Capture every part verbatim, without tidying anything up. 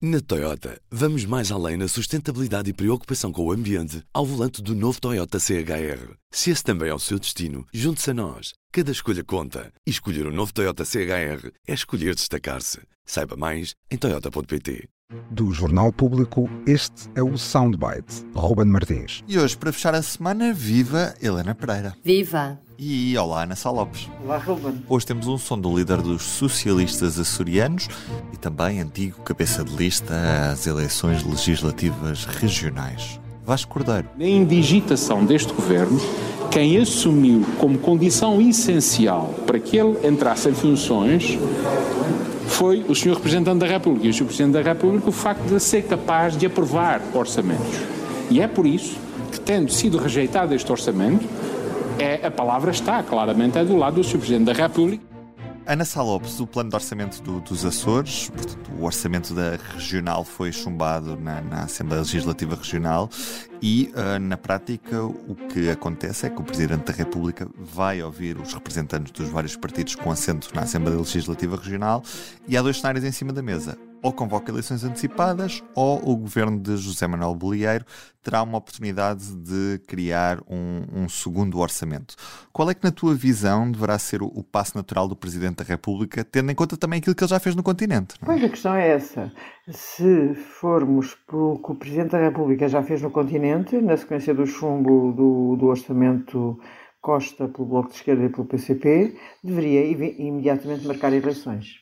Na Toyota, vamos mais além na sustentabilidade e preocupação com o ambiente ao volante do novo Toyota C H R. Se esse também é o seu destino, junte-se a nós. Cada escolha conta. E escolher o novo Toyota C H R é escolher destacar-se. Saiba mais em toyota ponto pt. Do Jornal Público, este é o Soundbite. Ruben Martins. E hoje, para fechar a semana, viva Helena Pereira. Viva! E olá, Ana Sá Lopes. Olá, Ruben. Hoje temos um som do líder dos socialistas açorianos e também antigo cabeça de lista às eleições legislativas regionais. Vasco Cordeiro. Na indigitação deste governo, quem assumiu como condição essencial para que ele entrasse em funções foi o senhor Representante da República. E o senhor Presidente da República, o facto de ser capaz de aprovar orçamentos. E é por isso que, tendo sido rejeitado este orçamento, é, a palavra está claramente é do lado do senhor Presidente da República. Ana Sá Lopes, o plano de orçamento do, dos Açores, portanto, o orçamento da regional foi chumbado na, na Assembleia Legislativa Regional e, uh, na prática, o que acontece é que o Presidente da República vai ouvir os representantes dos vários partidos com assento na Assembleia Legislativa Regional e há dois cenários em cima da mesa. Ou convoca eleições antecipadas ou o governo de José Manuel Bolieiro terá uma oportunidade de criar um, um segundo orçamento. Qual é que, na tua visão, deverá ser o, o passo natural do Presidente da República, tendo em conta também aquilo que ele já fez no continente? Não é? Pois, a questão é essa. Se formos pelo que o Presidente da República já fez no continente, na sequência do chumbo do, do orçamento Costa pelo Bloco de Esquerda e pelo P C P, deveria imediatamente marcar eleições.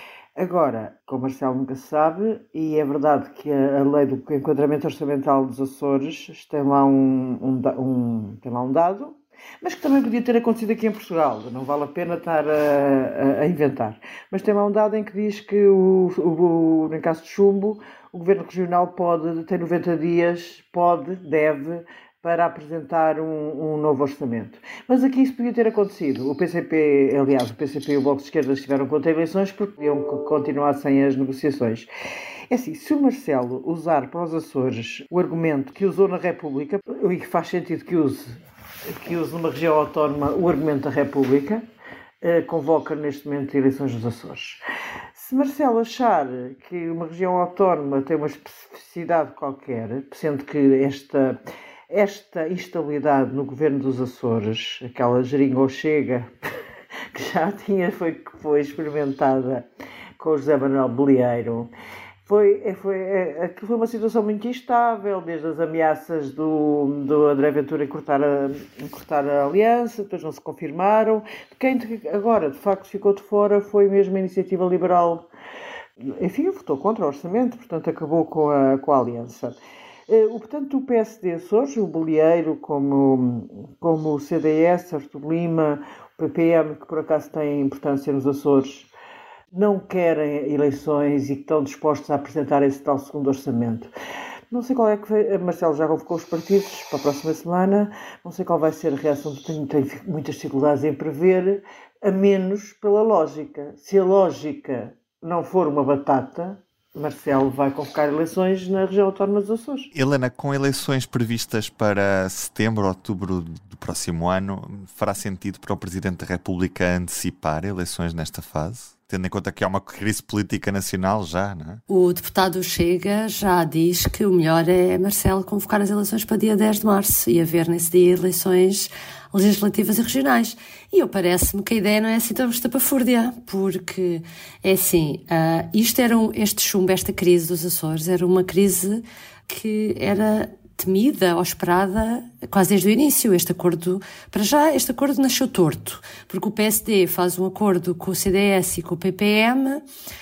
Agora, como Marcelo nunca se sabe, e é verdade que a, a lei do enquadramento orçamental dos Açores tem lá um, um, um, tem lá um dado, mas que também podia ter acontecido aqui em Portugal, não vale a pena estar a, a, a inventar. Mas tem lá um dado em que diz que, o, o, no caso de chumbo, o Governo Regional pode, tem noventa dias, pode, deve, para apresentar um, um novo orçamento. Mas aqui isso podia ter acontecido. O P C P, aliás, o P C P e o Bloco de Esquerda estiveram contra eleições porque iam continuar sem as negociações. É assim, se o Marcelo usar para os Açores o argumento que usou na República, e que faz sentido que use, que use numa região autónoma o argumento da República, eh, convoca neste momento eleições nos Açores. Se Marcelo achar que uma região autónoma tem uma especificidade qualquer, sendo que esta... Esta instabilidade no governo dos Açores, aquela geringonchega que já tinha, foi, foi experimentada com o José Manuel Bolieiro, foi, foi, foi uma situação muito instável, desde as ameaças do, do André Ventura em cortar, a, em cortar a aliança, depois não se confirmaram. Quem agora, de facto, ficou de fora foi mesmo a Iniciativa Liberal. Enfim, votou contra o orçamento, portanto acabou com a, com a aliança. O, portanto, o P S D Açores, o Bolieiro, como, como o C D S, Artur Lima, o P P M, que por acaso tem importância nos Açores, não querem eleições e que estão dispostos a apresentar esse tal segundo orçamento. Não sei qual é que vai... Marcelo já convocou os partidos para a próxima semana, não sei qual vai ser a reação, tenho, tenho muitas dificuldades em prever, a menos pela lógica. Se a lógica não for uma batata, Marcelo vai convocar eleições na região autónoma dos Açores. Helena, com eleições previstas para setembro, outubro do próximo ano, fará sentido para o Presidente da República antecipar eleições nesta fase? Tendo em conta que há uma crise política nacional já, não é? O deputado Chega já diz que o melhor é Marcelo convocar as eleições para dia dez de março e haver nesse dia eleições legislativas e regionais. E eu parece-me que a ideia não é assim tão estapafúrdia, porque é assim, uh, isto era um, este chumbo, esta crise dos Açores, era uma crise que era temida ou esperada quase desde o início. Este acordo, para já, este acordo nasceu torto, porque o P S D faz um acordo com o C D S e com o P P M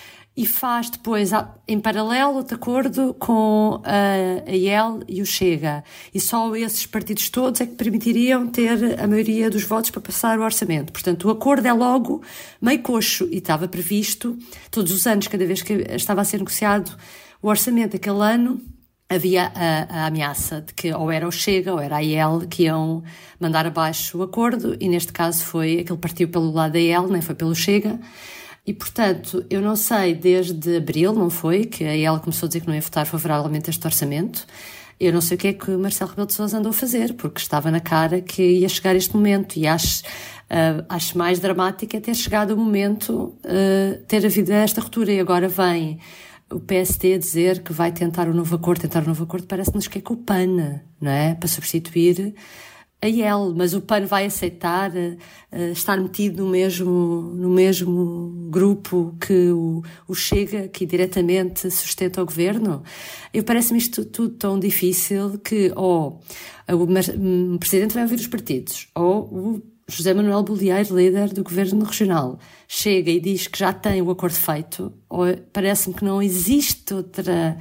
e faz depois, em paralelo, outro acordo com a, a I E L e o Chega. E só esses partidos todos é que permitiriam ter a maioria dos votos para passar o orçamento. Portanto, o acordo é logo meio coxo e estava previsto todos os anos, cada vez que estava a ser negociado o orçamento daquele ano, havia a, a ameaça de que ou era o Chega ou era a I E L que iam mandar abaixo o acordo, e neste caso foi aquele partiu pelo lado da I E L, nem foi pelo Chega. E, portanto, eu não sei, desde abril, não foi, que a I E L começou a dizer que não ia votar favoravelmente este orçamento. Eu não sei o que é que o Marcelo Rebelo de Sousa andou a fazer, porque estava na cara que ia chegar este momento, e acho, uh, acho mais dramático é ter chegado o momento, uh, ter havido esta ruptura, e agora vem o P S D dizer que vai tentar um novo acordo, tentar um novo acordo, parece-nos que é com o P A N, não é? Para substituir a I L, mas o P A N vai aceitar uh, estar metido no mesmo, no mesmo grupo que o, o Chega, que diretamente sustenta o governo? Eu parece-me isto tudo tão difícil que ou o, o Presidente vai ouvir os partidos, ou o José Manuel Bolieiro, líder do Governo Regional, chega e diz que já tem o acordo feito, ou parece-me que não existe outra,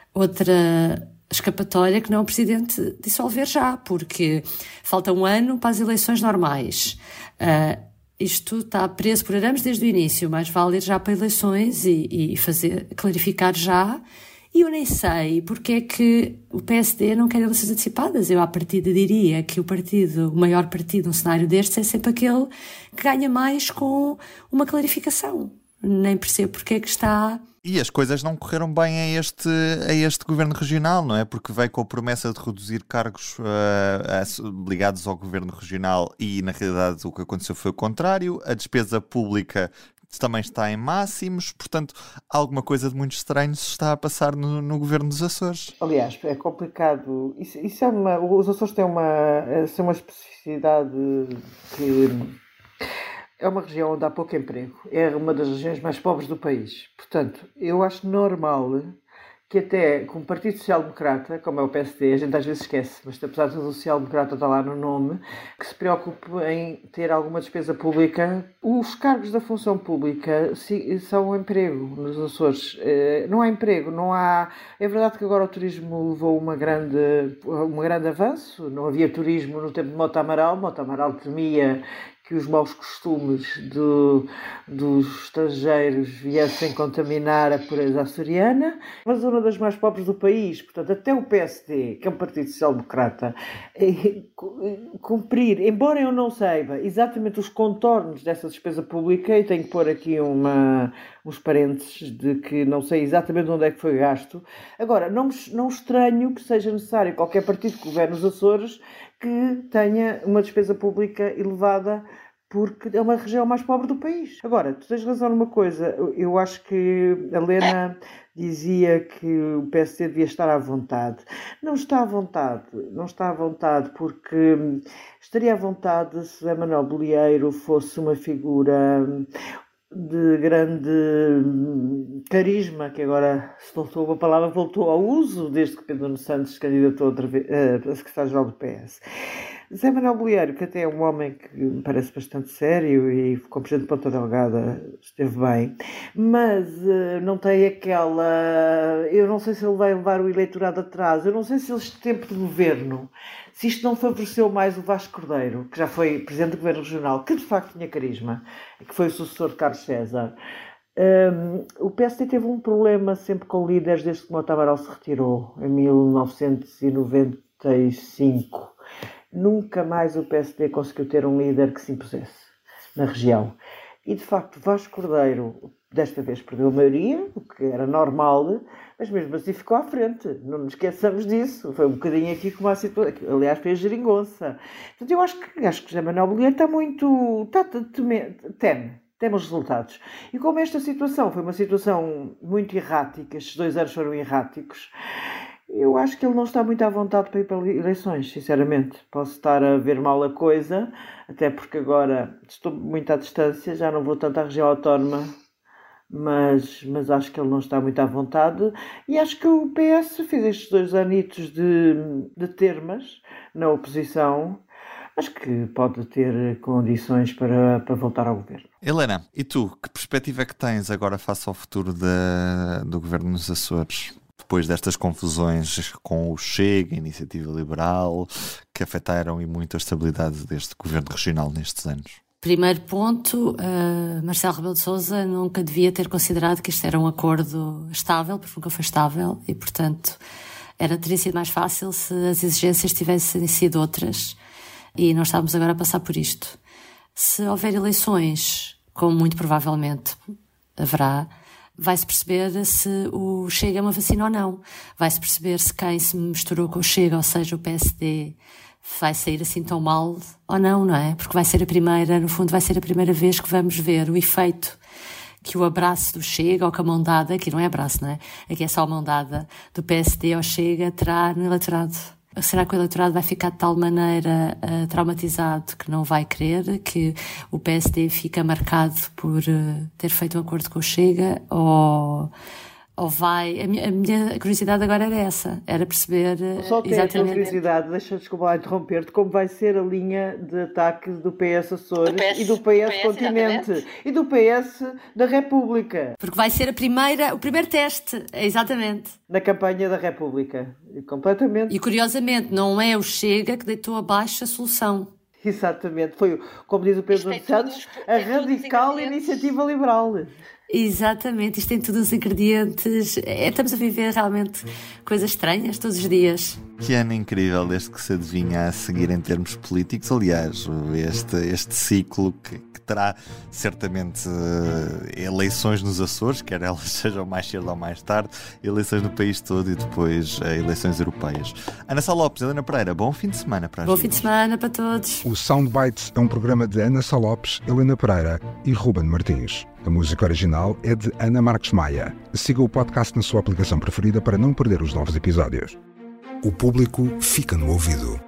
outra escapatória que não o Presidente dissolver já, porque falta um ano para as eleições normais. Uh, isto está preso por arames desde o início, mas vale ir já para eleições e, e fazer, clarificar já. E eu nem sei porque é que o P S D não quer eleições antecipadas. Eu, à partida, diria que o partido, o maior partido num cenário destes é sempre aquele que ganha mais com uma clarificação. Nem percebo porque é que está... E as coisas não correram bem a este, a este governo regional, não é? Porque veio com a promessa de reduzir cargos uh, ligados ao governo regional e, na realidade, o que aconteceu foi o contrário. A despesa pública também está em máximos, portanto, alguma coisa de muito estranho se está a passar no, no governo dos Açores. Aliás, é complicado. Isso, isso é uma, os Açores têm uma, têm uma especificidade que é uma região onde há pouco emprego. É uma das regiões mais pobres do país. Portanto, eu acho normal que até com o Partido Social Democrata, como é o P S D, a gente às vezes esquece, mas apesar do Social Democrata estar lá no nome, que se preocupe em ter alguma despesa pública. Os cargos da função pública são emprego nos Açores. Não há emprego, não há... É verdade que agora o turismo levou uma grande, um grande avanço. Não havia turismo no tempo de Mota Amaral. Mota Amaral temia que os maus costumes do, dos estrangeiros viessem contaminar a pureza açoriana, mas uma das mais pobres do país. Portanto, até o P S D, que é um partido social-democrata, cumprir, embora eu não saiba exatamente os contornos dessa despesa pública, e tenho que pôr aqui uma, uns parênteses de que não sei exatamente onde é que foi gasto. Agora, não, não estranho que seja necessário qualquer partido que governe os Açores que tenha uma despesa pública elevada, porque é uma região mais pobre do país. Agora, tu tens razão numa coisa, eu acho que a Helena dizia que o P S D devia estar à vontade. Não está à vontade, não está à vontade, porque estaria à vontade se José Manuel Bolieiro fosse uma figura de grande carisma, que agora se voltou, a palavra voltou ao uso desde que Pedro Nuno Santos se candidatou outra vez a secretário-geral do P S. José Manuel Bolieiro, que até é um homem que me parece bastante sério e como presidente de Ponta Delgada esteve bem, mas uh, não tem aquela... Eu não sei se ele vai levar o eleitorado atrás, eu não sei se este tempo de governo, se isto não favoreceu mais o Vasco Cordeiro, que já foi presidente do governo regional, que de facto tinha carisma, que foi o sucessor de Carlos César. Um, o P S D teve um problema sempre com líderes desde que Mota Amaral se retirou, em mil novecentos e noventa e cinco. Nunca mais o P S D conseguiu ter um líder que se impusesse na região. E, de facto, Vasco Cordeiro, desta vez, perdeu a maioria, o que era normal, mas mesmo assim ficou à frente. Não nos esqueçamos disso. Foi um bocadinho aqui como a situação. Aliás, fez geringonça. Portanto, eu acho que, acho que José Manuel Bolieiro está muito... Está, teme, teme, teme os resultados. E como esta situação foi uma situação muito errática, estes dois anos foram erráticos, eu acho que ele não está muito à vontade para ir para eleições, sinceramente. Posso estar a ver mal a coisa, até porque agora estou muito à distância, já não vou tanto à região autónoma, mas, mas acho que ele não está muito à vontade. E acho que o P S fez estes dois anitos de, de termas na oposição. Acho que pode ter condições para, para voltar ao governo. Helena, e tu, que perspectiva é que tens agora face ao futuro de, do governo nos Açores? Depois destas confusões com o Chega, a Iniciativa Liberal, que afetaram e muito a estabilidade deste governo regional nestes anos. Primeiro ponto, uh, Marcelo Rebelo de Sousa nunca devia ter considerado que isto era um acordo estável, porque nunca foi estável, e portanto era, teria sido mais fácil se as exigências tivessem sido outras, e nós estávamos agora a passar por isto. Se houver eleições, como muito provavelmente haverá, vai-se perceber se o Chega é uma vacina ou não. Vai-se perceber se quem se misturou com o Chega, ou seja, o P S D, vai sair assim tão mal ou não, não é? Porque vai ser a primeira, no fundo vai ser a primeira vez que vamos ver o efeito que o abraço do Chega, ou que a mão dada, aqui não é abraço, não é? Aqui é só a mão dada do P S D ao Chega, terá no eleitorado. Será que o eleitorado vai ficar de tal maneira uh, traumatizado que não vai querer, que o P S D fica marcado por uh, ter feito um acordo com o Chega, ou... Ou vai... A minha, a minha curiosidade agora era essa, era perceber Só tem exatamente... a curiosidade, deixa-me desculpa lá interromper-te, como vai ser a linha de ataque do P S Açores do P S, e do P S, P S Continente exatamente. E do P S da República. Porque vai ser a primeira, o primeiro teste, exatamente. Na campanha da República, completamente. E curiosamente não é o Chega que deitou abaixo a solução. Exatamente, foi, como diz o Pedro Nuno Santos, a radical iniciativa liberal. Exatamente, isto tem todos os ingredientes. É, estamos a viver realmente coisas estranhas todos os dias. Que ano incrível este que se adivinha a seguir em termos políticos. Aliás, este, este ciclo que, que terá certamente uh, eleições nos Açores, quer elas sejam mais cedo ou mais tarde, eleições no país todo e depois uh, eleições europeias. Ana Sá Lopes, Helena Pereira, bom fim de semana para a Bom gente. fim de semana para todos. O Soundbites é um programa de Ana Sá Lopes, Helena Pereira e Ruben Martins. A música original é de Ana Marques Maia. Siga o podcast na sua aplicação preferida para não perder os novos episódios. O público fica no ouvido.